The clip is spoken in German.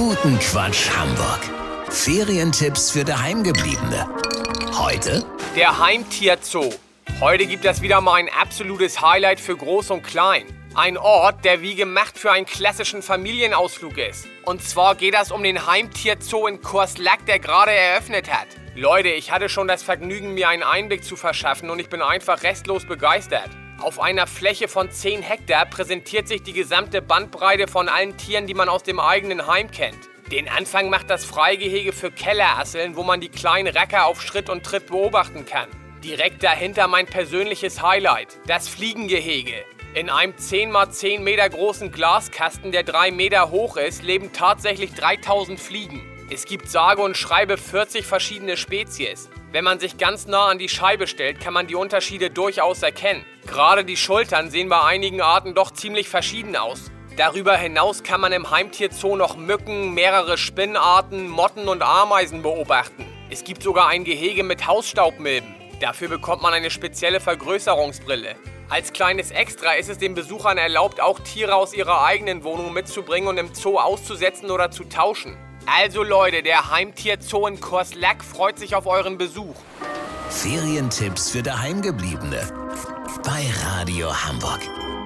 Guten Quatsch Hamburg. Ferientipps für Daheimgebliebene. Heute der Heimtierzoo. Heute gibt es wieder mal ein absolutes Highlight für Groß und Klein. Ein Ort, der wie gemacht für einen klassischen Familienausflug ist. Und zwar geht es um den Heimtierzoo in Courseulles, der gerade eröffnet hat. Leute, ich hatte schon das Vergnügen, mir einen Einblick zu verschaffen und ich bin einfach restlos begeistert. Auf einer Fläche von 10 Hektar präsentiert sich die gesamte Bandbreite von allen Tieren, die man aus dem eigenen Heim kennt. Den Anfang macht das Freigehege für Kellerasseln, wo man die kleinen Racker auf Schritt und Tritt beobachten kann. Direkt dahinter mein persönliches Highlight, das Fliegengehege. In einem 10 x 10 Meter großen Glaskasten, der 3 Meter hoch ist, leben tatsächlich 3000 Fliegen. Es gibt sage und schreibe 40 verschiedene Spezies. Wenn man sich ganz nah an die Scheibe stellt, kann man die Unterschiede durchaus erkennen. Gerade die Schultern sehen bei einigen Arten doch ziemlich verschieden aus. Darüber hinaus kann man im Heimtierzoo noch Mücken, mehrere Spinnarten, Motten und Ameisen beobachten. Es gibt sogar ein Gehege mit Hausstaubmilben. Dafür bekommt man eine spezielle Vergrößerungsbrille. Als kleines Extra ist es den Besuchern erlaubt, auch Tiere aus ihrer eigenen Wohnung mitzubringen und im Zoo auszusetzen oder zu tauschen. Also Leute, der Heimtierzoo in Courseulles freut sich auf euren Besuch. Ferientipps für Daheimgebliebene bei Radio Hamburg.